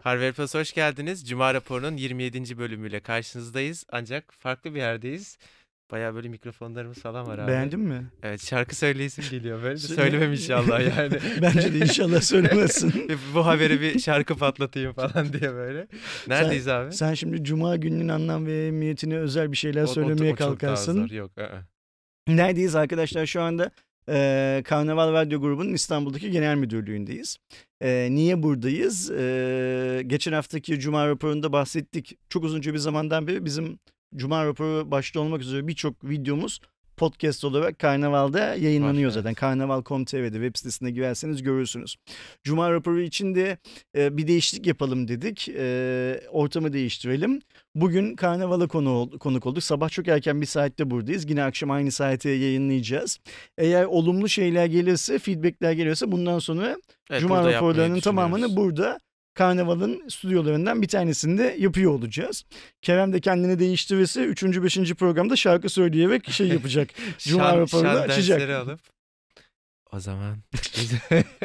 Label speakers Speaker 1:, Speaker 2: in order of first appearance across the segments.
Speaker 1: Harvard Plus hoş geldiniz. Cuma raporunun 27. bölümüyle karşınızdayız. Ancak farklı bir yerdeyiz. Bayağı böyle mikrofonlarımız falan var abi.
Speaker 2: Beğendin mi?
Speaker 1: Evet, şarkı söyleyesim geliyor. Böyle de
Speaker 2: Söyle.
Speaker 1: söylemem inşallah yani.
Speaker 2: Bence de inşallah söylemezsin.
Speaker 1: Bu haberi bir şarkı patlatayım falan diye böyle. Neredeyiz abi?
Speaker 2: Sen şimdi Cuma gününün anlam ve ehemmiyetine özel bir şeyler söylemeye
Speaker 1: o çok daha
Speaker 2: kalkarsın.
Speaker 1: zor. Yok.
Speaker 2: Neredeyiz arkadaşlar? Şu anda Karnaval Radyo Grubu'nun İstanbul'daki genel müdürlüğündeyiz. Niye buradayız? Geçen haftaki Cuma raporunda bahsettik. Çok uzunca bir zamandan beri bizim Cuma raporu başta olmak üzere birçok videomuz podcast olarak Karnaval'da yayınlanıyor
Speaker 1: Var,
Speaker 2: zaten.
Speaker 1: evet.
Speaker 2: Karnaval.com.tr'de web sitesine girerseniz görürsünüz. Cuma raporu için de bir değişiklik yapalım dedik. Ortamı değiştirelim. Bugün Karnaval'a konuk olduk. Sabah çok erken bir saatte buradayız. Yine akşam aynı saate yayınlayacağız. Eğer olumlu şeyler gelirse, feedbackler gelirse bundan sonra
Speaker 1: Evet,
Speaker 2: Cuma
Speaker 1: burada
Speaker 2: raporlarının
Speaker 1: yapmayı
Speaker 2: tamamını
Speaker 1: düşünüyoruz.
Speaker 2: burada Karnaval'ın stüdyolarından bir tanesinde yapıyor olacağız. Kerem de kendini değiştirirse 3. 5. programda şarkı söyleyerek şey yapacak. Cuma raporunu
Speaker 1: Şan
Speaker 2: açacak.
Speaker 1: dersleri alıp o zaman biz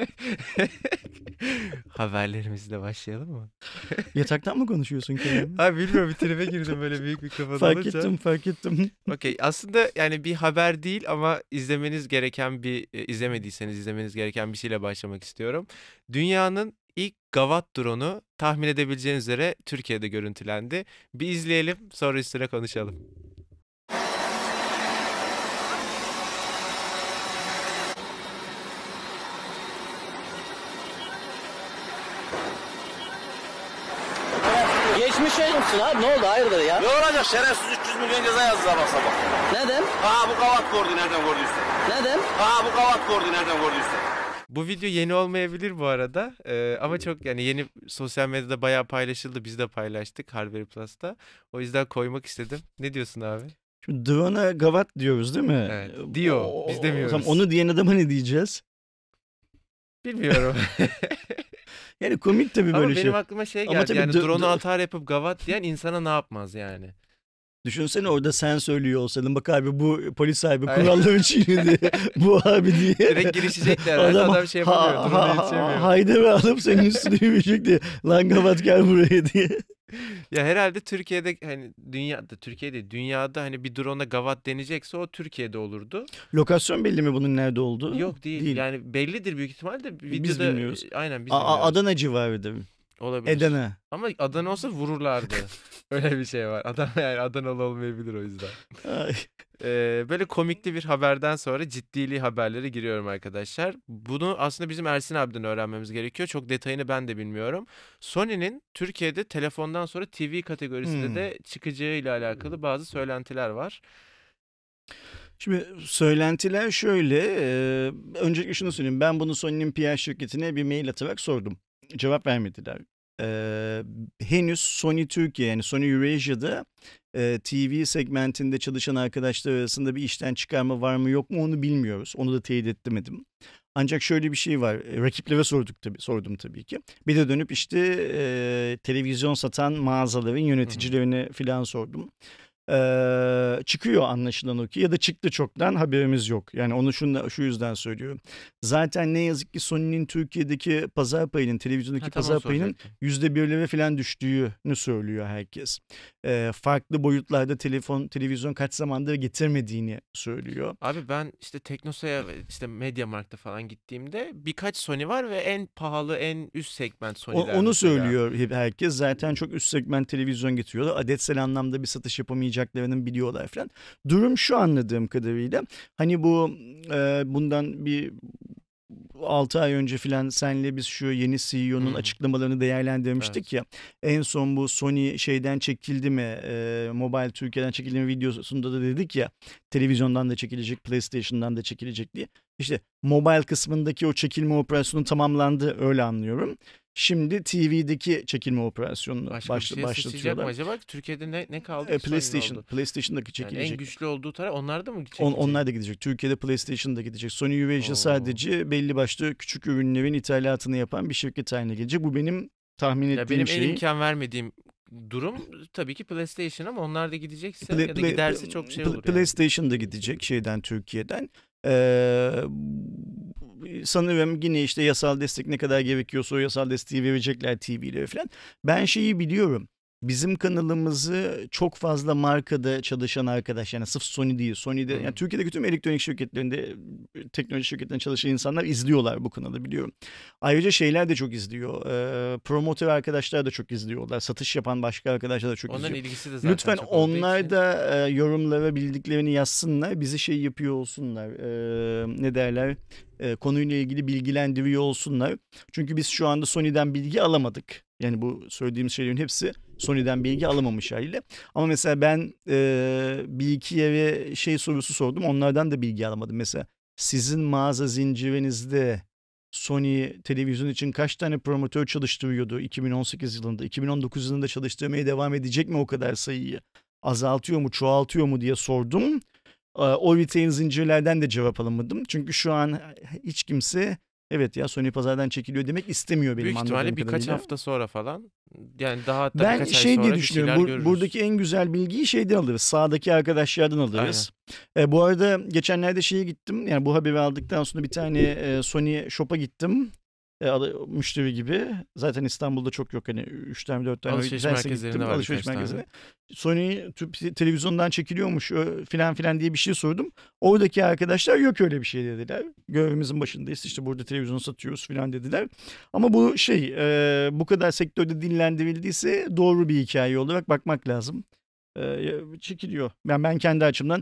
Speaker 1: haberlerimizle başlayalım mı?
Speaker 2: Yataktan mı konuşuyorsun Kerem?
Speaker 1: Abi bilmiyorum, bir tribe girdim böyle büyük mikrofon alınca.
Speaker 2: Fark ettim.
Speaker 1: Okey, aslında yani bir haber değil ama izlemeniz gereken izlemediyseniz izlemeniz gereken bir şeyle başlamak istiyorum. Dünyanın ilk Gavat drone'u tahmin edebileceğiniz üzere Türkiye'de görüntülendi. Bir izleyelim, sonra üstüne konuşalım.
Speaker 3: Geçmiş olsun abi, ne oldu, hayırdır ya?
Speaker 4: Ne olacak, şerefsiz 300 milyon ceza yazdı sabah sabah.
Speaker 3: Neden?
Speaker 4: Bu kavat gördü nereden gördüyse.
Speaker 3: Neden?
Speaker 4: Bu kavat gördü nereden gördüyse.
Speaker 1: Bu video yeni olmayabilir bu arada. Ama çok yani yeni, sosyal medyada bayağı paylaşıldı. Biz de paylaştık Harvard Plus'ta. O yüzden koymak istedim. Ne diyorsun abi?
Speaker 2: Şimdi drone'a gavat diyoruz değil mi?
Speaker 1: Evet, diyor. Biz demiyoruz.
Speaker 2: O zaman onu diyen adama ne diyeceğiz?
Speaker 1: Bilmiyorum.
Speaker 2: Yani komik tabii
Speaker 1: Ama
Speaker 2: böyle
Speaker 1: benim
Speaker 2: şey.
Speaker 1: aklıma şey
Speaker 2: Ama
Speaker 1: geldi.
Speaker 2: tabii
Speaker 1: Yani drone'u atar yapıp gavat diyen insana ne yapmaz yani?
Speaker 2: Düşünsene orada sen söylüyor olsaydın. Bak abi bu polis sahibi
Speaker 1: Aynen.
Speaker 2: kuralları çiğnedi. Bu abi diye.
Speaker 1: Direkt girişecekler. Adam şey yapamıyor. Drone'a yetişemiyor.
Speaker 2: Haydi ve alıp senin üstüne yürüyecek diye. Lan gavat gel buraya diye.
Speaker 1: Ya herhalde Türkiye'de, hani dünyada hani bir drone'a gavat denecekse o Türkiye'de olurdu.
Speaker 2: Lokasyon belli mi bunun nerede olduğu?
Speaker 1: Yok, değil. Yani bellidir büyük ihtimalle de videoda.
Speaker 2: Biz bilmiyoruz.
Speaker 1: Aynen, biz bilmiyoruz.
Speaker 2: Adana civarıdır.
Speaker 1: Olabilir.
Speaker 2: Adana.
Speaker 1: Ama Adana olsa vururlardı. Öyle bir şey var. Adam yani Adanalı olmayabilir o yüzden.
Speaker 2: Ay.
Speaker 1: Böyle komikli bir haberden sonra ciddili haberlere giriyorum arkadaşlar. Bunu aslında bizim Ersin abiden öğrenmemiz gerekiyor. Çok detayını ben de bilmiyorum. Sony'nin Türkiye'de telefondan sonra TV kategorisinde de çıkacağıyla alakalı bazı söylentiler var.
Speaker 2: Şimdi söylentiler şöyle. Öncelikle şunu söyleyeyim. Ben bunu Sony'nin PR şirketine bir mail atarak sordum. Cevap vermediler. Henüz Sony Türkiye, yani Sony Eurasia'da TV segmentinde çalışan arkadaşlar arasında bir işten çıkarma var mı yok mu onu bilmiyoruz. Onu da teyit etmedim. Ancak şöyle bir şey var. Rakiplere sordum tabii ki. Bir de dönüp işte televizyon satan mağazaların yöneticilerine filan sordum. Çıkıyor anlaşılan o ki, ya da çıktı çoktan, haberimiz yok. Yani onu şu yüzden söylüyorum. Zaten ne yazık ki Sony'nin Türkiye'deki pazar payının, televizyondaki pazar payının %1'lere falan düştüğünü söylüyor herkes. Farklı boyutlarda televizyon kaç zamandır getirmediğini söylüyor.
Speaker 1: Abi ben işte Teknosa'ya, işte MediaMarkt'a falan gittiğimde birkaç Sony var ve en pahalı, en üst segment Sony'ler.
Speaker 2: Onu
Speaker 1: mesela
Speaker 2: söylüyor herkes. Zaten çok üst segment televizyon getiriyorlar. Adetsel anlamda bir satış yapamayacaklarını biliyorlar falan. Durum şu, anladığım kadarıyla. Hani bu bundan bir 6 ay önce falan senle biz şu yeni CEO'nun açıklamalarını değerlendirmiştik ya. En son bu Sony şeyden çekildi mi, Mobile Türkiye'den çekildi mi videosunda da dedik ya, televizyondan da çekilecek, PlayStation'dan da çekilecek diye. İşte mobile kısmındaki o çekilme operasyonu tamamlandı, öyle anlıyorum. Şimdi TV'deki çekilme operasyonunu başlatıyorlar.
Speaker 1: Mı acaba? Türkiye'de ne kaldı?
Speaker 2: PlayStation'daki çekilecek.
Speaker 1: Yani en güçlü olduğu taraf onlar da mı çekilecek?
Speaker 2: Onlar da gidecek. Türkiye'de PlayStation'da gidecek. Sony Eurasia sadece belli başlı küçük ürünlerin ithalatını yapan bir şirket haline gelecek. Bu benim tahmin ettiğim
Speaker 1: benim
Speaker 2: şey.
Speaker 1: en imkan vermediğim durum tabii ki PlayStation, ama onlar da gidecekse ya da giderse çok şey olur.
Speaker 2: PlayStation da gidecek Türkiye'den. sanırım yine işte yasal destek ne kadar gerekiyorsa o yasal desteği verecekler TV'lere falan. Ben şeyi biliyorum. Bizim kanalımızı çok fazla markada çalışan arkadaş, yani sırf Sony değil. Sony'de, yani Türkiye'deki tüm elektronik şirketlerinde, teknoloji şirketlerinde çalışan insanlar izliyorlar bu kanalı, biliyorum. Ayrıca şeyler de çok izliyor. Promotör arkadaşlar da çok izliyorlar. Satış yapan başka arkadaşlar da çok
Speaker 1: Onların
Speaker 2: izliyor.
Speaker 1: ilgisi de zaten
Speaker 2: Lütfen
Speaker 1: çok olduğu
Speaker 2: onlar
Speaker 1: için.
Speaker 2: da yorumlara bildiklerini yazsınlar. Bizi şey yapıyor olsunlar. Ne derler? Konuyla ilgili bilgilendiriyor olsunlar. Çünkü biz şu anda Sony'den bilgi alamadık. Yani bu söylediğim şeylerin hepsi Sony'den bilgi alamamış haliyle. Ama mesela ben bir iki yere şey sorusu sordum. Onlardan da bilgi alamadım. Mesela sizin mağaza zincirinizde Sony televizyon için kaç tane promotör çalıştırıyordu 2018 yılında? 2019 yılında çalıştırmaya devam edecek mi o kadar sayıyı? Azaltıyor mu, çoğaltıyor mu diye sordum. O retail zincirlerden de cevap alamadım. Çünkü şu an hiç kimse evet ya Sony pazardan çekiliyor demek istemiyor benim
Speaker 1: Büyük
Speaker 2: anladığım
Speaker 1: ihtimalle birkaç
Speaker 2: kadarıyla.
Speaker 1: hafta sonra falan, yani daha hatta
Speaker 2: Ben
Speaker 1: birkaç ay
Speaker 2: şey diye
Speaker 1: sonra bir
Speaker 2: düşünüyorum.
Speaker 1: şeyler görürüz.
Speaker 2: Buradaki en güzel bilgiyi şeyden alırız. Sağdaki arkadaşlardan alırız. Bu arada geçenlerde şeye gittim. Yani bu haberi aldıktan sonra bir tane Sony shop'a gittim. Müşteri gibi. Zaten İstanbul'da çok yok. Hani 3 tane 4 tane.
Speaker 1: Alışveriş
Speaker 2: Bir tanesi
Speaker 1: merkezlerinde
Speaker 2: gittim,
Speaker 1: var
Speaker 2: alışveriş
Speaker 1: birkaç tane.
Speaker 2: merkezine. Sony televizyondan çekiliyormuş filan filan diye bir şey sordum. Oradaki arkadaşlar yok öyle bir şey dediler. Görevimizin başındayız, işte burada televizyon satıyoruz filan dediler. Ama bu şey bu kadar sektörde dillendirildiyse doğru bir hikaye olarak bakmak lazım. Çekiliyor. Ben kendi açımdan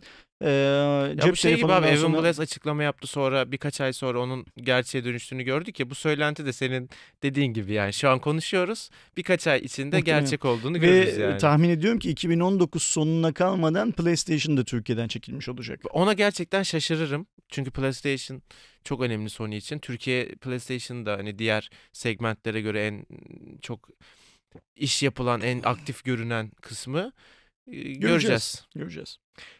Speaker 1: Ya
Speaker 2: cep
Speaker 1: bu şey gibi abi,
Speaker 2: telefonundan
Speaker 1: Evan
Speaker 2: sonra...
Speaker 1: Blass açıklama yaptı, sonra birkaç ay sonra onun gerçeğe dönüştüğünü gördük ya, bu söylenti de senin dediğin gibi, yani şu an konuşuyoruz, birkaç ay içinde
Speaker 2: Muhtemelen.
Speaker 1: gerçek olduğunu
Speaker 2: Ve
Speaker 1: görürüz yani.
Speaker 2: tahmin ediyorum ki 2019 sonuna kalmadan PlayStation da Türkiye'den çekilmiş olacak.
Speaker 1: Ona gerçekten şaşırırım. Çünkü PlayStation çok önemli Sony için. Türkiye PlayStation da hani diğer segmentlere göre en çok iş yapılan, en aktif görünen kısmı. Göreceğiz.
Speaker 2: Göreceğiz.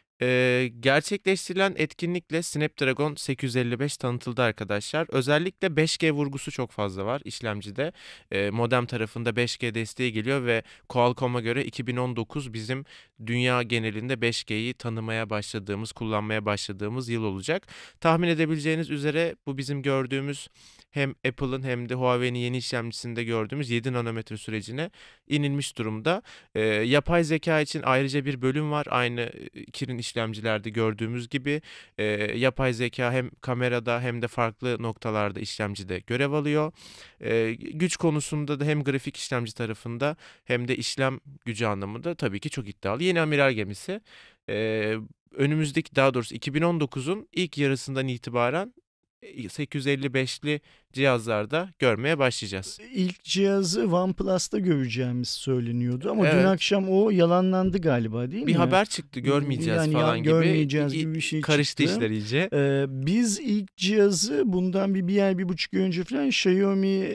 Speaker 1: Gerçekleştirilen etkinlikle Snapdragon 855 tanıtıldı arkadaşlar. Özellikle 5G vurgusu çok fazla var işlemcide. Modem tarafında 5G desteği geliyor ve Qualcomm'a göre 2019 bizim dünya genelinde 5G'yi tanımaya başladığımız, kullanmaya başladığımız yıl olacak. Tahmin edebileceğiniz üzere bu bizim gördüğümüz, hem Apple'ın hem de Huawei'nin yeni işlemcisinde gördüğümüz 7 nanometre sürecine inilmiş durumda. Yapay zeka için ayrıca bir bölüm var. Aynı Kirin işlemcilerde gördüğümüz gibi yapay zeka hem kamerada hem de farklı noktalarda işlemcide görev alıyor. Güç konusunda da hem grafik işlemci tarafında hem de işlem gücü anlamında tabii ki çok iddialı. Yeni amiral gemisi. Önümüzdeki, daha doğrusu 2019'un ilk yarısından itibaren 855'li cihazlarda görmeye başlayacağız.
Speaker 2: İlk cihazı OnePlus'ta göreceğimiz söyleniyordu ama dün
Speaker 1: Evet.
Speaker 2: akşam o yalanlandı galiba, değil mi?
Speaker 1: Bir haber çıktı, görmeyeceğiz
Speaker 2: Yani
Speaker 1: falan gibi.
Speaker 2: görmeyeceğiz gibi bir şey
Speaker 1: Karıştı
Speaker 2: çıktı.
Speaker 1: işler iyice.
Speaker 2: Biz ilk cihazı bundan bir buçuk ay önce falan Xiaomi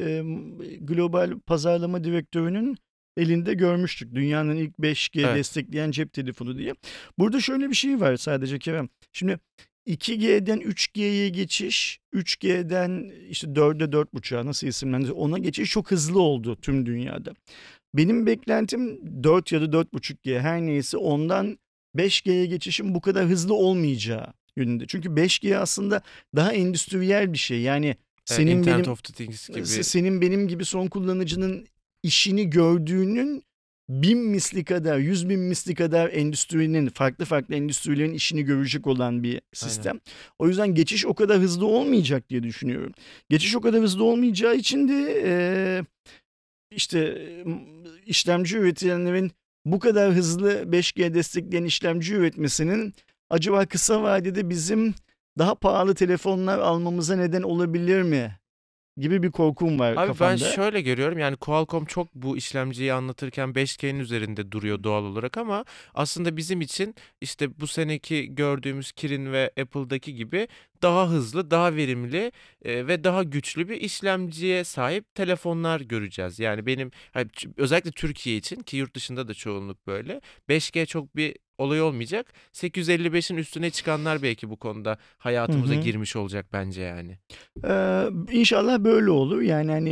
Speaker 2: global pazarlama direktörünün elinde görmüştük. Dünyanın ilk 5G
Speaker 1: Evet.
Speaker 2: destekleyen cep telefonu diye. Burada şöyle bir şey var sadece Kerem. Şimdi 2G'den 3G'ye geçiş, 3G'den işte 4'e 4.5'a nasıl isimlendir, ona geçiş çok hızlı oldu tüm dünyada. Benim beklentim 4 ya da 4.5G her neyse, ondan 5G'ye geçişin bu kadar hızlı olmayacağı yönünde. Çünkü 5G aslında daha endüstriyel bir şey. Yani senin
Speaker 1: Internet
Speaker 2: benim
Speaker 1: of the Things gibi.
Speaker 2: senin benim gibi son kullanıcının işini gördüğünün 1000 misli kadar, 100.000 misli kadar endüstrinin, farklı endüstrilerin işini görecek olan bir sistem. O yüzden geçiş o kadar hızlı olmayacak diye düşünüyorum. Geçiş o kadar hızlı olmayacağı için de işte işlemci üretenlerin bu kadar hızlı 5G destekleyen işlemci üretmesinin acaba kısa vadede bizim daha pahalı telefonlar almamıza neden olabilir mi gibi bir korkum var
Speaker 1: Abi
Speaker 2: kafamda.
Speaker 1: ben şöyle görüyorum, yani Qualcomm çok bu işlemciyi anlatırken 5G'nin üzerinde duruyor doğal olarak, ama aslında bizim için işte bu seneki gördüğümüz Kirin ve Apple'daki gibi daha hızlı, daha verimli ve daha güçlü bir işlemciye sahip telefonlar göreceğiz. Yani benim özellikle Türkiye için, ki yurt dışında da çoğunluk böyle, 5G çok bir olay olmayacak. 855'in üstüne çıkanlar belki bu konuda hayatımıza girmiş olacak bence yani.
Speaker 2: İnşallah böyle olur. Yani hani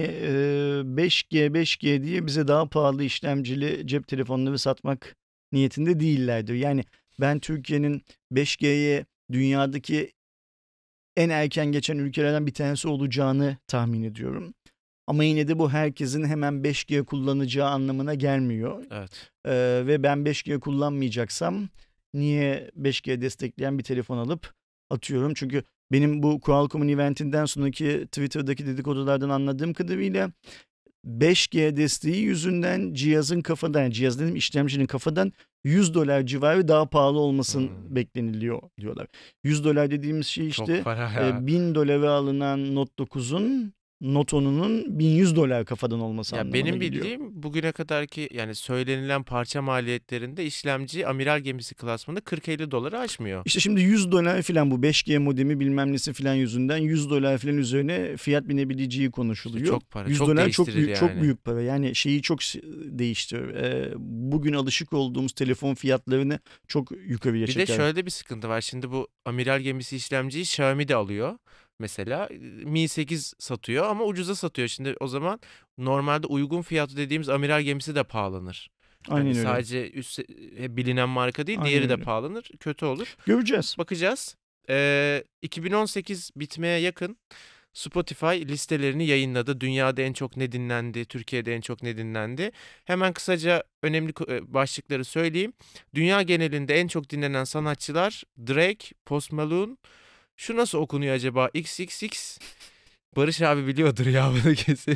Speaker 2: 5G diye bize daha pahalı işlemcili cep telefonları satmak niyetinde değillerdir. Yani ben Türkiye'nin 5G'ye dünyadaki en erken geçen ülkelerden bir tanesi olacağını tahmin ediyorum. Ama yine de bu herkesin hemen 5G kullanacağı anlamına gelmiyor.
Speaker 1: Evet.
Speaker 2: Ve ben 5G kullanmayacaksam niye 5G destekleyen bir telefon alıp atıyorum? Çünkü benim bu Qualcomm'un eventinden sonraki Twitter'daki dedikodulardan anladığım kadarıyla 5G desteği yüzünden cihaz dedim işlemcinin kafadan $100 civarı daha pahalı olmasın bekleniliyor diyorlar. $100 dediğimiz şey
Speaker 1: Çok
Speaker 2: işte
Speaker 1: para ya.
Speaker 2: $1000'a alınan Note 9'un Note 10'unun $1100 kafadan olması
Speaker 1: Ya
Speaker 2: anlamına
Speaker 1: benim
Speaker 2: geliyor.
Speaker 1: bildiğim bugüne kadarki yani söylenilen parça maliyetlerinde işlemci amiral gemisi klasmanı 40-50 doları aşmıyor.
Speaker 2: İşte şimdi $100 falan bu 5G modemi bilmem nesi falan yüzünden $100 falan üzerine fiyat binebileceği konuşuluyor.
Speaker 1: Çok para,
Speaker 2: $100
Speaker 1: çok
Speaker 2: çok
Speaker 1: değiştirir
Speaker 2: büyük, çok
Speaker 1: yani.
Speaker 2: büyük para. Yani şeyi çok değiştirir. Bugün alışık olduğumuz telefon fiyatlarını çok yukarıya
Speaker 1: Bir de
Speaker 2: çeker.
Speaker 1: şöyle bir sıkıntı var. Şimdi bu amiral gemisi işlemciyi Xiaomi de alıyor. Mesela Mi 8 satıyor ama ucuza satıyor. Şimdi o zaman normalde uygun fiyatı dediğimiz amiral gemisi de pahalanır.
Speaker 2: Aynen
Speaker 1: Hani
Speaker 2: öyle.
Speaker 1: sadece bilinen marka değil, diğeri
Speaker 2: Aynen
Speaker 1: de
Speaker 2: öyle.
Speaker 1: pahalanır. Kötü olur.
Speaker 2: Göreceğiz.
Speaker 1: Bakacağız. 2018 bitmeye yakın Spotify listelerini yayınladı. Dünyada en çok ne dinlendi, Türkiye'de en çok ne dinlendi. Hemen kısaca önemli başlıkları söyleyeyim. Dünya genelinde en çok dinlenen sanatçılar Drake, Post Malone. Şu nasıl okunuyor acaba? XXX. Barış abi biliyordur ya bunu kesin.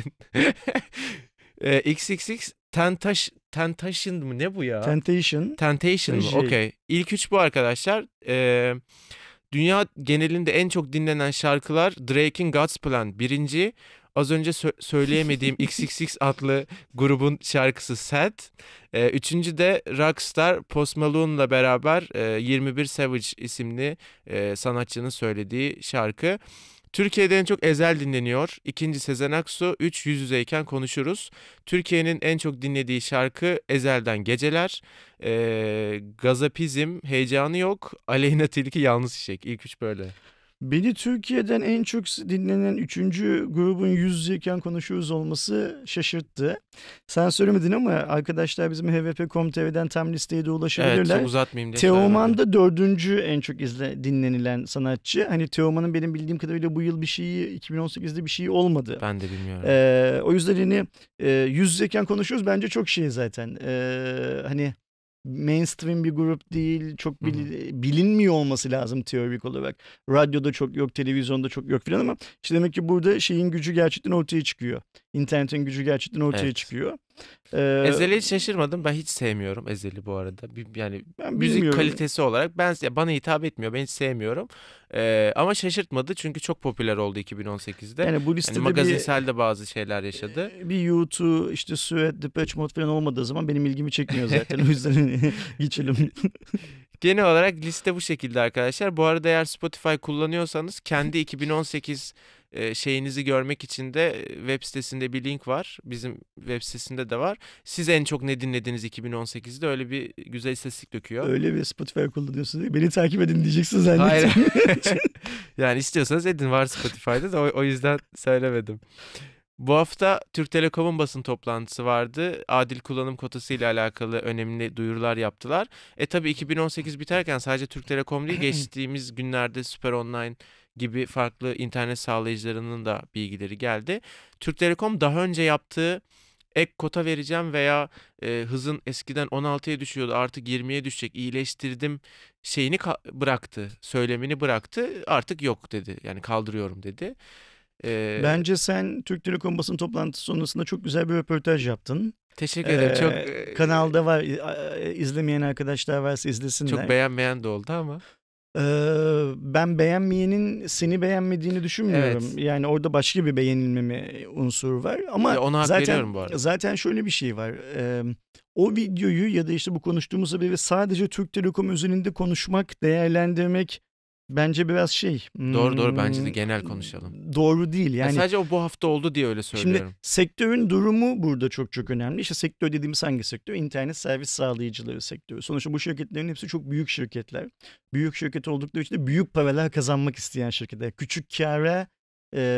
Speaker 1: XXX Temptation mı? Ne bu ya? Temptation mı?
Speaker 2: Şey.
Speaker 1: Okey. İlk üç bu arkadaşlar. Dünya genelinde en çok dinlenen şarkılar Drake'in God's Plan birinci. Az önce söyleyemediğim XXX adlı grubun şarkısı Sad. Üçüncü de Rockstar Post Malone'la beraber 21 Savage isimli sanatçının söylediği şarkı. Türkiye'de en çok Ezel dinleniyor. İkinci Sezen Aksu. 3 Yüz Yüzeyken Konuşuruz. Türkiye'nin en çok dinlediği şarkı Ezel'den Geceler. Gazapizm, Heyecanı Yok. Aleyna Tilki, Yalnız Çiçek. İlk üç böyle.
Speaker 2: Beni Türkiye'den en çok dinlenen 3. grubun Yüz Yüzeyken Konuşuyoruz olması şaşırttı. Sen söylemedin ama arkadaşlar bizim hvp.com.tr'den tam listeye de
Speaker 1: Evet,
Speaker 2: ulaşabilirler.
Speaker 1: çok uzatmayayım diye
Speaker 2: Teoman
Speaker 1: söylemedim.
Speaker 2: da 4. en çok dinlenilen sanatçı. Hani Teoman'ın benim bildiğim kadarıyla bu yıl bir şeyi 2018'de bir şey olmadı.
Speaker 1: Ben de bilmiyorum.
Speaker 2: O yüzden hani Yüz Yüzeyken Konuşuyoruz bence çok şey zaten. Hani mainstream bir grup değil, çok bilinmiyor olması lazım teorik olarak. Radyoda çok yok, televizyonda çok yok falan ama işte demek ki burada şeyin gücü gerçekten ortaya çıkıyor. İnternetin gücü gerçekten ortaya çıkıyor.
Speaker 1: Ezel'i hiç şaşırmadım. Ben hiç sevmiyorum Ezel'i bu arada. Yani
Speaker 2: Ben
Speaker 1: müzik
Speaker 2: bilmiyorum.
Speaker 1: kalitesi olarak bana hitap etmiyor. Ben hiç sevmiyorum. Ama şaşırtmadı çünkü çok popüler oldu 2018'de.
Speaker 2: Yani bu
Speaker 1: Hani
Speaker 2: listede
Speaker 1: magazinsel de bazı şeyler yaşadı.
Speaker 2: bir U2, işte Suet, Depeche Mode falan olmadığı zaman benim ilgimi çekmiyor zaten. O yüzden geçelim.
Speaker 1: Genel olarak liste bu şekilde arkadaşlar. Bu arada eğer Spotify kullanıyorsanız kendi 2018 şeyinizi görmek için de web sitesinde bir link var. Bizim web sitesinde de var. Siz en çok ne dinlediniz 2018'de? Öyle bir güzel istatistik döküyor.
Speaker 2: Öyle bir Spotify kullanıyorsun diye beni takip edin diyeceksin zannettim.
Speaker 1: Hayır. Yani istiyorsanız edin, var Spotify'da da o yüzden söylemedim. Bu hafta Türk Telekom'un basın toplantısı vardı. Adil kullanım kotası ile alakalı önemli duyurular yaptılar. Tabii 2018 biterken sadece Türk Telekom değil, geçtiğimiz günlerde Süper Online gibi farklı internet sağlayıcılarının da bilgileri geldi. Türk Telekom daha önce yaptığı ek kota vereceğim veya hızın eskiden 16'ya düşüyordu artık 20'ye düşecek, iyileştirdim şeyini bıraktı. Söylemini bıraktı, artık yok dedi. Yani kaldırıyorum dedi.
Speaker 2: Bence sen Türk Telekom basın toplantısı sonrasında çok güzel bir röportaj yaptın.
Speaker 1: Teşekkür ederim. Çok
Speaker 2: Kanalda var. İzlemeyen arkadaşlar varsa izlesinler.
Speaker 1: çok beğenmeyen de oldu ama.
Speaker 2: Ben beğenmeyenin seni beğenmediğini düşünmüyorum.
Speaker 1: Evet.
Speaker 2: Yani orada başka bir beğenilmeme unsuru var. Ama
Speaker 1: Ona hak veriyorum bu arada.
Speaker 2: zaten şöyle bir şey var. O videoyu ya da işte bu konuştuğumuz haberi sadece Türk Telekom özelinde konuşmak, değerlendirmek bence biraz şey.
Speaker 1: Doğru bence de genel konuşalım.
Speaker 2: Doğru değil. Yani
Speaker 1: Sadece o bu hafta oldu diye öyle söylüyorum.
Speaker 2: şimdi sektörün durumu burada çok çok önemli. İşte sektör dediğimiz hangi sektör? İnternet servis sağlayıcıları sektörü. Sonuçta bu şirketlerin hepsi çok büyük şirketler. Büyük şirket oldukları için de büyük paralar kazanmak isteyen şirketler. Küçük kâra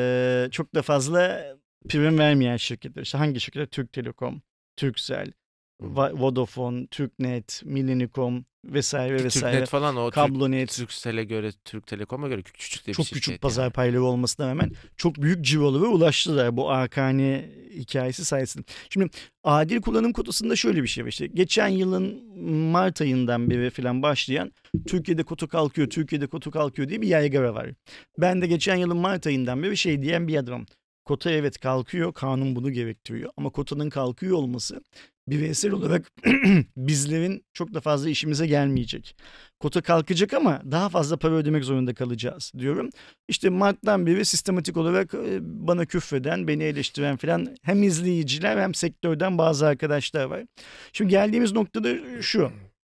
Speaker 2: çok da fazla prim vermeyen şirketler. İşte hangi şirketler? Türk Telekom, Turkcell, Vodafone, Türknet, Millennium vesaire
Speaker 1: Ki
Speaker 2: vesaire.
Speaker 1: Türknet falan o
Speaker 2: Kablonet.
Speaker 1: Turkcell'e göre, Türk Telekom'a göre küçük de bir
Speaker 2: Çok
Speaker 1: şirket
Speaker 2: küçük
Speaker 1: yani.
Speaker 2: pazar payları olmasına rağmen çok büyük cirolara ulaştılar bu Arkani hikayesi sayesinde. Şimdi adil kullanım kotasında şöyle bir şey var. İşte geçen yılın Mart ayından beri falan başlayan Türkiye'de kota kalkıyor, Türkiye'de kota kalkıyor diye bir yaygara var. Ben de geçen yılın Mart ayından beri şey diyen bir adamım. Kota evet kalkıyor, kanun bunu gerektiriyor ama kotanın kalkıyor olması bireysel olarak bizlerin çok da fazla işimize gelmeyecek. Kota kalkacak ama daha fazla para ödemek zorunda kalacağız diyorum. İşte Mart'tan beri sistematik olarak bana küfreden, beni eleştiren falan hem izleyiciler hem sektörden bazı arkadaşlar var. Şimdi geldiğimiz noktada şu.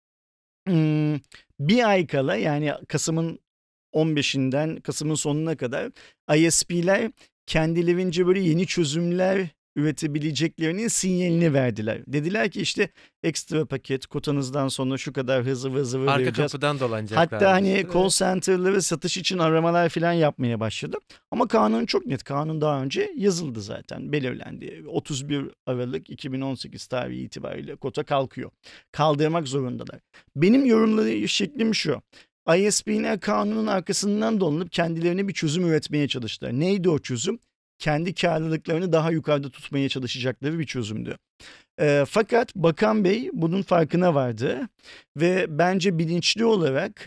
Speaker 2: Bir ay kala yani Kasım'ın 15'inden Kasım'ın sonuna kadar ISP'ler kendilerince böyle yeni çözümler üretebileceklerinin sinyalini verdiler. Dediler ki işte ekstra paket kotanızdan sonra şu kadar hızlı
Speaker 1: Arka
Speaker 2: vereceğiz.
Speaker 1: kapıdan dolanacaklar.
Speaker 2: Hatta hani call center'ları satış için aramalar falan yapmaya başladı. Ama kanun çok net. Kanun daha önce yazıldı zaten. Belirlendi. 31 Aralık 2018 tarihi itibariyle kota kalkıyor. Kaldırmak zorundalar. Benim yorumları şeklim şu. ISP'ler kanunun arkasından dolanıp kendilerine bir çözüm üretmeye çalıştılar. Neydi o çözüm? Kendi karlılıklarını daha yukarıda tutmaya çalışacakları bir çözümdü. Fakat Bakan Bey bunun farkına vardı ve bence bilinçli olarak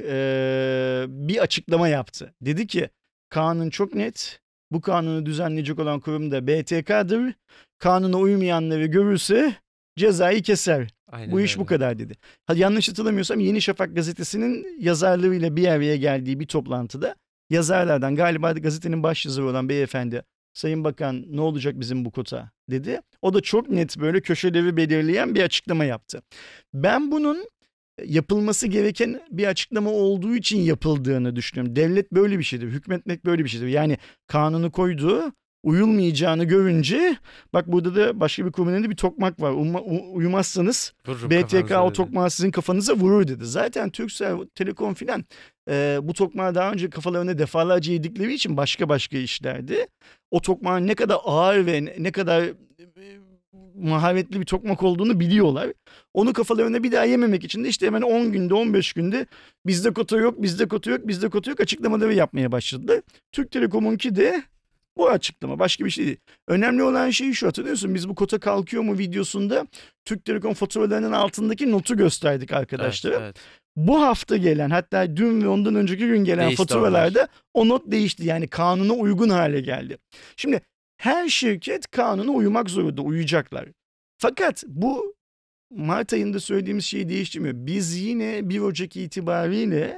Speaker 2: bir açıklama yaptı. Dedi ki kanun çok net, bu kanunu düzenleyecek olan kurum da BTK'dır. Kanuna uymayanları görürse cezayı keser.
Speaker 1: Aynen
Speaker 2: Bu iş
Speaker 1: öyle.
Speaker 2: bu kadar dedi. Yanlış hatırlamıyorsam Yeni Şafak gazetesinin yazarlarıyla bir araya geldiği bir toplantıda yazarlardan galiba gazetenin başyazarı olan beyefendi Sayın Bakan ne olacak bizim bu kota dedi. O da çok net böyle köşeleri belirleyen bir açıklama yaptı. Ben bunun yapılması gereken bir açıklama olduğu için yapıldığını düşünüyorum. Devlet böyle bir şeydir. Hükmetmek böyle bir şeydir. Yani kanunu koydu, uyulmayacağını görünce bak burada da başka bir kurumun bir tokmak var. Uyumazsanız
Speaker 1: Vururum
Speaker 2: BTK
Speaker 1: kafanıza
Speaker 2: o
Speaker 1: dedi.
Speaker 2: tokmağı sizin kafanıza vurur dedi. Zaten Turkcell, Telekom filan bu tokmağı daha önce kafalarına defalarca yedikleri için başka işlerdi. O tokmağın ne kadar ağır ve ne kadar maharetli bir tokmak olduğunu biliyorlar. Onu kafalarına bir daha yememek için de işte hemen 10 günde 15 günde bizde kota yok, bizde kota yok, bizde kota yok açıklamaları yapmaya başladılar. Türk Telekom'unki de bu açıklama, başka bir şey değil. Önemli olan şey şu, hatırlıyorsun biz bu kota kalkıyor mu videosunda Türk Telekom faturalarının altındaki notu gösterdik arkadaşlara.
Speaker 1: Evet.
Speaker 2: Bu hafta gelen, hatta dün ve ondan önceki gün gelen
Speaker 1: Değişti
Speaker 2: faturalarda o not değişti. Yani kanuna uygun hale geldi. Şimdi her şirket kanuna uymak zorunda, uyacaklar. Fakat bu Mart ayında söylediğimiz şeyi değiştirmiyor. Biz yine 1 Ocak itibariyle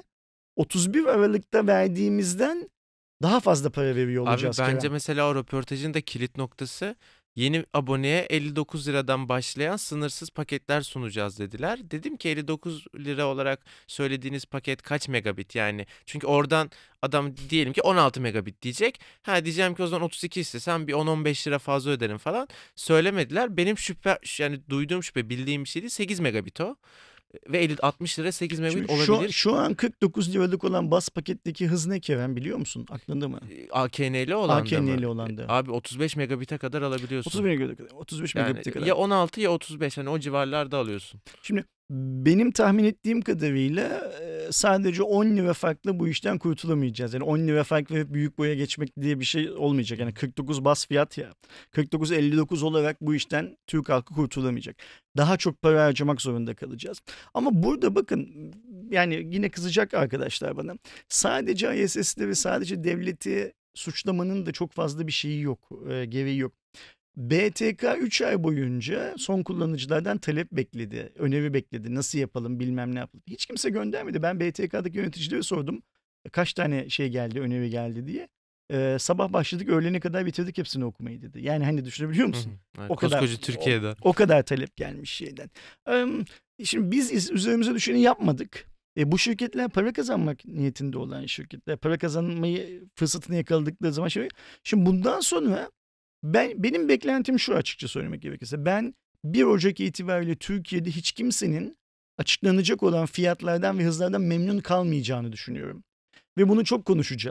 Speaker 2: 31 Aralık'ta verdiğimizden daha fazla para veriyor
Speaker 1: Abi
Speaker 2: olacağız.
Speaker 1: bence
Speaker 2: Kerem.
Speaker 1: mesela o röportajın da kilit noktası yeni aboneye 59 liradan başlayan sınırsız paketler sunacağız dediler. Dedim ki 59 lira olarak söylediğiniz paket kaç megabit yani? Çünkü oradan adam diyelim ki 16 megabit diyecek. Ha diyeceğim ki o zaman 32 istesem bir 10-15 lira fazla öderim falan. Söylemediler. Benim şüphe yani duyduğum şüphe bildiğim bir şey değil. 8 megabit o. Ve 60 lira 8 megabit
Speaker 2: Şimdi
Speaker 1: olabilir.
Speaker 2: şu an 49 liralık olan bas paketteki hız ne Kerem biliyor musun? Aklında mı?
Speaker 1: AKN'li olan da mı?
Speaker 2: AKN'li olan da.
Speaker 1: Abi 35 megabit'e kadar alabiliyorsun.
Speaker 2: 35
Speaker 1: Yani
Speaker 2: megabit'e kadar.
Speaker 1: ya 16 ya 35 hani o civarlarda alıyorsun.
Speaker 2: Şimdi benim tahmin ettiğim kadarıyla sadece 10 lira farklı bu işten kurtulamayacağız. Yani 10 lira fark ve büyük boya geçmek diye bir şey olmayacak. Yani 49 bas fiyat ya. 49.59 olarak bu işten Türk halkı kurtulamayacak. Daha çok para harcamak zorunda kalacağız. Ama burada bakın yani yine kızacak arkadaşlar bana. Sadece ISS'de ve sadece devleti suçlamanın da çok fazla bir şeyi yok. Gereği yok. BTK 3 ay boyunca son kullanıcılardan talep bekledi, öneri bekledi. Nasıl yapalım, bilmem ne yapalım. Hiç kimse göndermedi. Ben BTK'daki yöneticilere sordum. Kaç tane şey geldi, öneri geldi diye. Sabah başladık, öğlene kadar bitirdik hepsini okumayı dedi. Yani hani düşünebiliyor musun?
Speaker 1: Evet,
Speaker 2: O kadar-
Speaker 1: koskoca Türkiye'de.
Speaker 2: O kadar talep gelmiş şeyden. Şimdi biz üzerimize düşeni yapmadık. Bu şirketler para kazanmak niyetinde olan şirketler. Para kazanmayı fırsatını yakaladıkları zaman Şimdi bundan sonra benim beklentim şu, açıkça söylemek gerekirse. Ben 1 Ocak itibariyle Türkiye'de hiç kimsenin açıklanacak olan fiyatlardan ve hızlardan memnun kalmayacağını düşünüyorum. Ve bunu çok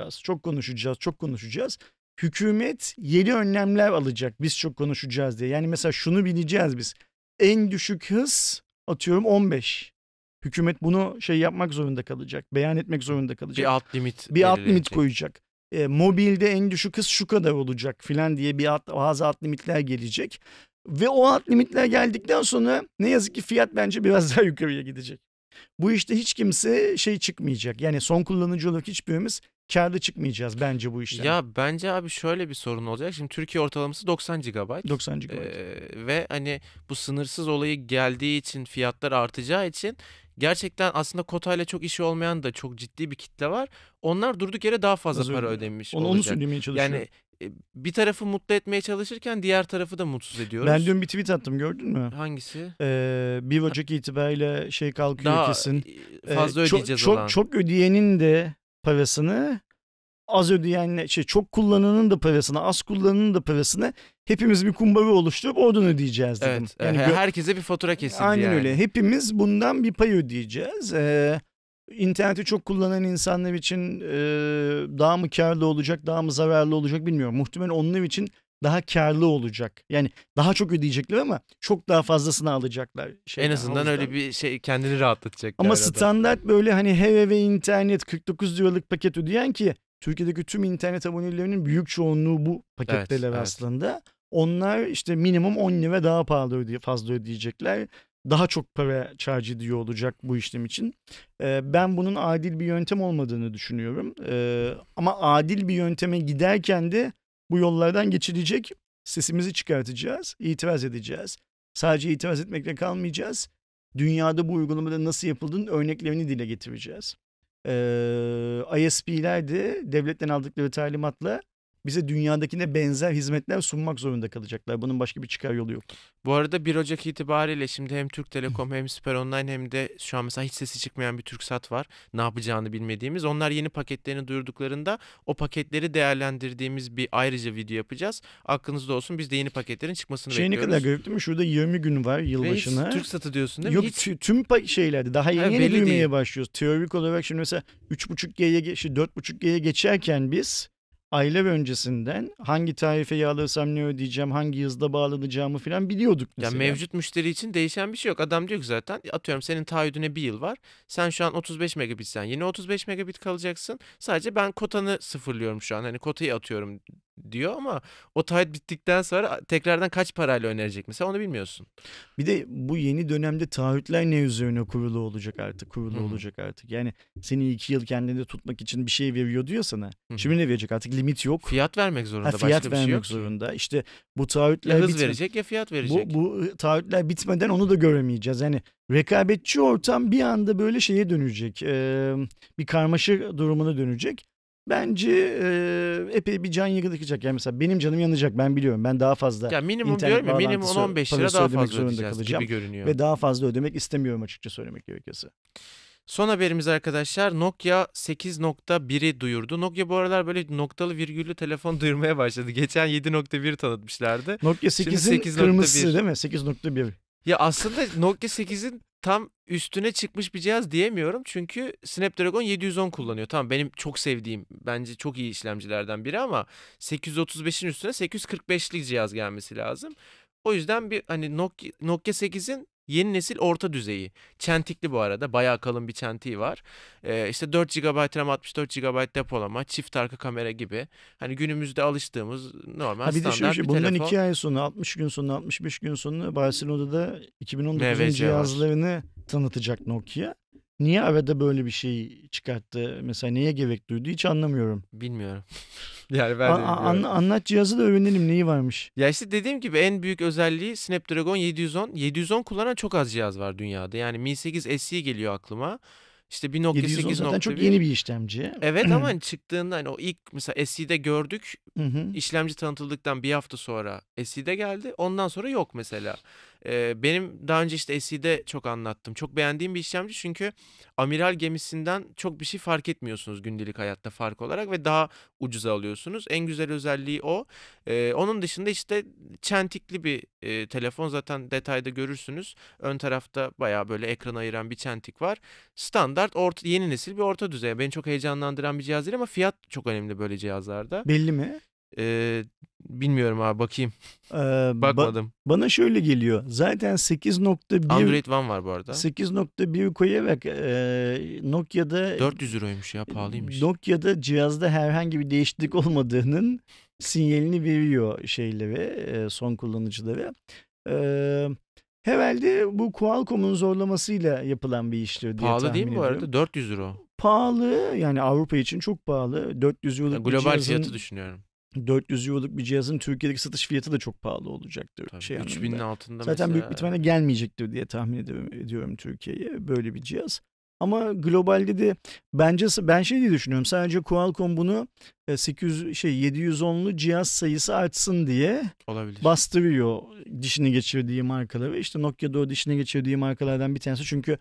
Speaker 2: konuşacağız. Hükümet yeni önlemler alacak biz çok konuşacağız diye. Yani mesela şunu bileceğiz biz. en düşük hız atıyorum 15. Hükümet bunu yapmak zorunda kalacak. Beyan etmek zorunda kalacak.
Speaker 1: Bir alt limit
Speaker 2: Bir alt limit
Speaker 1: belirlenecek.
Speaker 2: koyacak. Mobilde en düşük hız şu kadar olacak filan diye bazı alt limitler gelecek. Ve o alt limitler geldikten sonra ne yazık ki fiyat bence biraz daha yukarıya gidecek. Bu işte hiç kimse çıkmayacak. Yani son kullanıcı olarak hiçbirimiz kârda çıkmayacağız bence bu işten.
Speaker 1: Ya bence abi şöyle bir sorun olacak. Şimdi Türkiye ortalaması 90 GB.
Speaker 2: 90 GB.
Speaker 1: Ve hani bu sınırsız olayı geldiği için, fiyatlar artacağı için gerçekten aslında kotayla çok işi olmayan da çok ciddi bir kitle var. Onlar durduk yere daha fazla
Speaker 2: Az
Speaker 1: para
Speaker 2: önce
Speaker 1: ödemiş
Speaker 2: Onu
Speaker 1: olacak.
Speaker 2: söylemeye çalışıyorum.
Speaker 1: Yani bir tarafı mutlu etmeye çalışırken diğer tarafı da mutsuz ediyoruz.
Speaker 2: Ben dün bir tweet attım, gördün mü?
Speaker 1: Hangisi?
Speaker 2: 1 Ocak itibariyle kalkıyor
Speaker 1: Daha
Speaker 2: kesin.
Speaker 1: fazla ödeyeceğiz
Speaker 2: çok,
Speaker 1: olan.
Speaker 2: çok ödeyenin de parasını, az ödeyenle çok kullananın da parasını, az kullananın da parasını hepimiz bir kumbara oluşturup oradan ödeyeceğiz dedim.
Speaker 1: Evet. Herkese bir fatura kesildi
Speaker 2: Aynen
Speaker 1: yani.
Speaker 2: öyle. Hepimiz bundan bir pay ödeyeceğiz. İnterneti çok kullanan insanlar için daha mı karlı olacak, daha mı zararlı olacak bilmiyorum. Muhtemelen onlar için daha karlı olacak. Yani daha çok ödeyecekler ama çok daha fazlasını alacaklar.
Speaker 1: En azından öyle bir kendini rahatlatacak.
Speaker 2: Ama
Speaker 1: arada.
Speaker 2: standart böyle her eve internet 49 liralık paket ödeyen, ki Türkiye'deki tüm internet abonelerinin büyük çoğunluğu bu paketteler
Speaker 1: Evet.
Speaker 2: aslında. Onlar minimum 10 lira daha fazla ödeyecekler. Daha çok para charge ediyor olacak bu işlem için. Ben bunun adil bir yöntem olmadığını düşünüyorum. Ama adil bir yönteme giderken de bu yollardan geçilecek. Sesimizi çıkartacağız, itiraz edeceğiz. Sadece itiraz etmekle kalmayacağız. Dünyada bu uygulamada nasıl yapıldığının örneklerini dile getireceğiz. ISP'ler de devletten aldıkları talimatla bize dünyadakine benzer hizmetler sunmak zorunda kalacaklar. Bunun başka bir çıkar yolu yok.
Speaker 1: Bu arada 1 Ocak itibariyle şimdi hem Türk Telekom hem Süper Online hem de şu an mesela hiç sesi çıkmayan bir Turkcell var. Ne yapacağını bilmediğimiz. Onlar yeni paketlerini duyurduklarında o paketleri değerlendirdiğimiz bir ayrıca video yapacağız. Aklınızda olsun, biz de yeni paketlerin çıkmasını
Speaker 2: Ne
Speaker 1: bekliyoruz.
Speaker 2: kadar garip değil mi? Şurada 20 gün var
Speaker 1: Ve hiç
Speaker 2: yılbaşına.
Speaker 1: Turkcell'ı diyorsun değil mi?
Speaker 2: Yok,
Speaker 1: Hiç.
Speaker 2: tüm şeylerde daha yeni
Speaker 1: belli
Speaker 2: duymaya
Speaker 1: değil.
Speaker 2: başlıyoruz. Teorik olarak şimdi mesela 3.5G'ye 4.5G'ye geçerken biz aylar öncesinden hangi tarifeyi alırsam ne ödeyeceğim, hangi hızda bağlanacağımı falan biliyorduk
Speaker 1: Ya
Speaker 2: mesela.
Speaker 1: mevcut müşteri için değişen bir şey yok. Adam diyor ki zaten, atıyorum senin taahhüdüne 1 yıl var. Sen şu an 35 megabitsen yine 35 megabit kalacaksın. Sadece ben kotanı sıfırlıyorum şu an. Hani kotayı atıyorum diyor ama o taahhüt bittikten sonra tekrardan kaç parayla önerecek mesela onu bilmiyorsun.
Speaker 2: Bir de bu yeni dönemde taahhütler ne üzerine kurulu olacak artık. Yani seni 2 yıl kendinde tutmak için bir şey veriyor diyor sana.
Speaker 1: Hı.
Speaker 2: Şimdi ne verecek? Artık limit yok.
Speaker 1: Fiyat vermek zorunda.
Speaker 2: Fiyat
Speaker 1: Başka bir şey
Speaker 2: vermek
Speaker 1: yok ki.
Speaker 2: zorunda. İşte bu
Speaker 1: Ya
Speaker 2: taahhütler
Speaker 1: hız verecek ya fiyat verecek.
Speaker 2: Bu taahhütler bitmeden onu da göremeyeceğiz. Yani rekabetçi ortam bir anda böyle şeye dönecek. Bir karmaşa durumuna dönecek. Bence epey bir can yakacak. Yani mesela benim canım yanacak, ben biliyorum. Ben daha fazla
Speaker 1: Ya minimum
Speaker 2: internet
Speaker 1: diyorum ya, minimum
Speaker 2: bağlantısı
Speaker 1: 15 lira
Speaker 2: parası
Speaker 1: daha
Speaker 2: ödemek
Speaker 1: fazla
Speaker 2: zorunda
Speaker 1: ödeyeceğiz
Speaker 2: kalacağım.
Speaker 1: gibi görünüyor.
Speaker 2: Ve daha fazla ödemek istemiyorum açıkça söylemek gerekirse.
Speaker 1: Son haberimiz arkadaşlar, Nokia 8.1'i duyurdu. Nokia bu aralar böyle noktalı virgüllü telefon duyurmaya başladı. Geçen 7.1 tanıtmışlardı.
Speaker 2: Nokia
Speaker 1: Şimdi
Speaker 2: 8'in
Speaker 1: 8.1.
Speaker 2: kırmızısı değil mi? 8.1.
Speaker 1: Ya aslında Nokia 8'in tam üstüne çıkmış bir cihaz diyemiyorum. Çünkü Snapdragon 710 kullanıyor. Tamam, benim çok sevdiğim, bence çok iyi işlemcilerden biri ama 835'in üstüne 845'lik cihaz gelmesi lazım. O yüzden bir hani Nokia 8'in yeni nesil orta düzeyi. Çentikli bu arada. Bayağı kalın bir çentiği var. İşte 4 GB RAM, 64 GB depolama, çift arka kamera gibi. Hani günümüzde alıştığımız normal
Speaker 2: Bir de
Speaker 1: standart bir
Speaker 2: bundan
Speaker 1: telefon.
Speaker 2: 2 ay sonra, 60 gün sonra, 65 gün sonra Barcelona'da 2019'un
Speaker 1: MVC var.
Speaker 2: cihazlarını tanıtacak Nokia. Niye arada böyle bir şey çıkarttı? Mesela neye gerek duydu hiç anlamıyorum.
Speaker 1: Bilmiyorum. Yani ben de bilmiyorum.
Speaker 2: Anlat cihazı da öğrenelim, neyi varmış.
Speaker 1: Ya işte dediğim gibi en büyük özelliği Snapdragon 710. 710 kullanan çok az cihaz var dünyada. Yani Mi 8 SE geliyor aklıma. İşte bir Nokia
Speaker 2: 710 zaten çok
Speaker 1: 8.1.
Speaker 2: yeni bir işlemci.
Speaker 1: Evet ama hani çıktığında hani o ilk mesela SE'de gördük.
Speaker 2: Hı hı.
Speaker 1: İşlemci tanıtıldıktan bir hafta sonra SE'de geldi. Ondan sonra yok mesela. Benim daha önce işte SE'de çok anlattım. Çok beğendiğim bir işlemci çünkü amiral gemisinden çok bir şey fark etmiyorsunuz gündelik hayatta fark olarak ve daha ucuza alıyorsunuz. En güzel özelliği o. Onun dışında işte çentikli bir telefon, zaten detayda görürsünüz. Ön tarafta bayağı böyle ekran ayıran bir çentik var. Standart yeni nesil bir orta düzey. Beni çok heyecanlandıran bir cihaz değil ama fiyat çok önemli böyle cihazlarda.
Speaker 2: Belli mi?
Speaker 1: Bilmiyorum abi, bakayım. Bakmadım.
Speaker 2: Bana şöyle geliyor. Zaten 8.1
Speaker 1: Android One var bu arada.
Speaker 2: 8.1 koyarak Nokia'da
Speaker 1: 400 euroymuş ya, pahalıymış.
Speaker 2: Nokia'da cihazda herhangi bir değişiklik olmadığının sinyalini veriyor şeylere, son kullanıcılara. Herhalde bu Qualcomm'un zorlamasıyla yapılan bir iştir diye
Speaker 1: Pahalı
Speaker 2: tahmin
Speaker 1: değil mi bu
Speaker 2: ediyorum.
Speaker 1: arada? 400 euro.
Speaker 2: Pahalı, yani Avrupa için çok pahalı. 400 euroluk bir
Speaker 1: Global
Speaker 2: cihazın,
Speaker 1: fiyatı düşünüyorum.
Speaker 2: 400 euroluk bir cihazın Türkiye'deki satış fiyatı da çok pahalı olacaktır.
Speaker 1: Tabii.
Speaker 2: Şey
Speaker 1: 3000'in
Speaker 2: anlamında.
Speaker 1: altında
Speaker 2: Zaten büyük
Speaker 1: mesela.
Speaker 2: bir ihtimalle gelmeyecektir diye tahmin ediyorum Türkiye'ye böyle bir cihaz. Ama globalde de ben şey diye düşünüyorum. Sadece Qualcomm bunu 710'lu cihaz sayısı artsın diye
Speaker 1: Olabilir.
Speaker 2: bastırıyor dişini geçirdiği markaları. İşte Nokia'da o dişini geçirdiği markalardan bir tanesi. Çünkü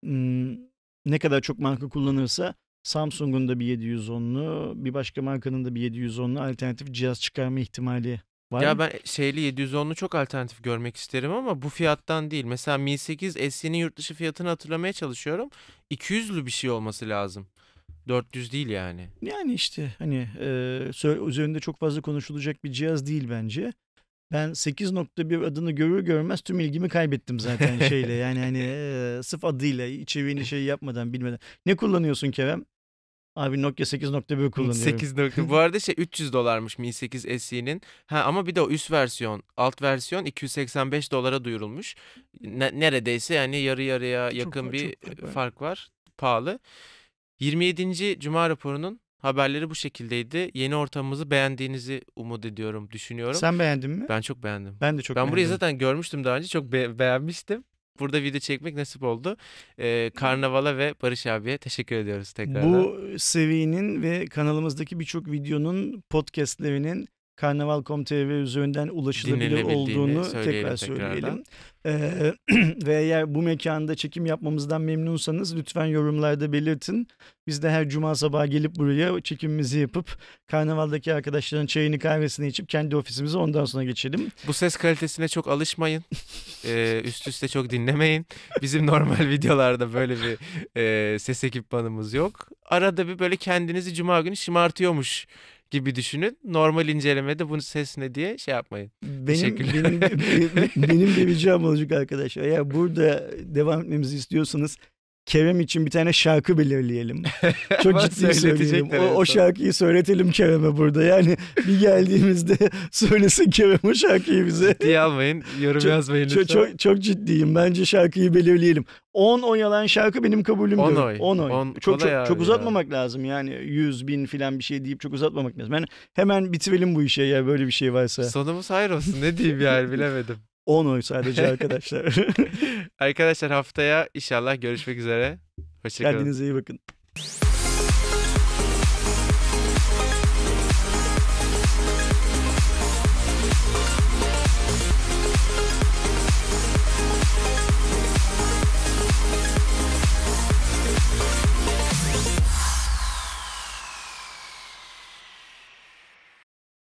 Speaker 2: ne kadar çok marka kullanırsa Samsung'un da bir 710'lu, bir başka markanın da bir 710'lu alternatif cihaz çıkarma ihtimali var.
Speaker 1: Ya ben 710'lu çok alternatif görmek isterim ama bu fiyattan değil. Mesela Mi 8 SE'nin yurt dışı fiyatını hatırlamaya çalışıyorum. 200'lü bir şey olması lazım. 400 değil yani.
Speaker 2: Yani işte hani üzerinde çok fazla konuşulacak bir cihaz değil bence. Ben 8.1 adını görür görmez tüm ilgimi kaybettim zaten şeyle. Yani hani sırf adıyla, içeriğini şey yapmadan, bilmeden. Ne kullanıyorsun Kerem? Abi Nokia 8.1 kullanıyorum.
Speaker 1: 8 Bu arada $300 Mi 8 SE'nin. Ama bir de o üst versiyon, alt versiyon $285 duyurulmuş. Neredeyse yani yarı yarıya yakın
Speaker 2: Çok
Speaker 1: bir
Speaker 2: fark var.
Speaker 1: fark var. Pahalı. 27. Cuma raporunun haberleri bu şekildeydi. Yeni ortamımızı beğendiğinizi umut ediyorum, düşünüyorum.
Speaker 2: Sen beğendin mi?
Speaker 1: Ben çok beğendim.
Speaker 2: Ben de çok
Speaker 1: Ben burayı
Speaker 2: beğendim.
Speaker 1: zaten görmüştüm daha önce. Çok beğenmiştim. Burada video çekmek nasip oldu. Karnaval'a ve Barış abiye teşekkür ediyoruz tekrardan.
Speaker 2: Bu serinin ve kanalımızdaki birçok videonun podcastlerinin Karnaval.com.tr üzerinden ulaşılabilir
Speaker 1: Dinlenebildiğini
Speaker 2: olduğunu
Speaker 1: söyleyelim
Speaker 2: tekrar
Speaker 1: tekrardan.
Speaker 2: söyleyelim. Ve eğer bu mekanda çekim yapmamızdan memnunsanız lütfen yorumlarda belirtin. Biz de her cuma sabahı gelip buraya çekimimizi yapıp Karnaval'daki arkadaşların çayını kahvesini içip kendi ofisimize ondan sonra geçelim.
Speaker 1: Bu ses kalitesine çok alışmayın. Üst üste çok dinlemeyin. Bizim normal videolarda böyle bir ses ekipmanımız yok. Arada bir böyle kendinizi cuma günü şımartıyormuş gibi düşünün. Normal incelemede bunu ses ne diye şey yapmayın.
Speaker 2: Benim de ricam olacak arkadaşlar. Eğer burada devam etmemizi istiyorsanız Kerem için bir tane şarkı belirleyelim. Çok ciddi söyleyelim. O şarkıyı söyletelim Kerem'e burada. Yani bir geldiğimizde söylesin Kerem o şarkıyı bize.
Speaker 1: Ciddiye almayın. Yorum yazmayın lütfen.
Speaker 2: Çok ciddiyim. Bence şarkıyı belirleyelim. 10 oy alan şarkı benim kabulümdür.
Speaker 1: 10 oy.
Speaker 2: 10 oy.
Speaker 1: 10
Speaker 2: Çok uzatmamak lazım. Yani 100 bin falan bir şey deyip çok uzatmamak lazım. Yani hemen bitirelim bu işe ya böyle bir şey varsa.
Speaker 1: Sonumuz hayır olsun. Ne diyeyim yani, bilemedim.
Speaker 2: 10 oy sadece arkadaşlar.
Speaker 1: Arkadaşlar haftaya inşallah görüşmek üzere. Hoşçakalın.
Speaker 2: Kendinize iyi bakın.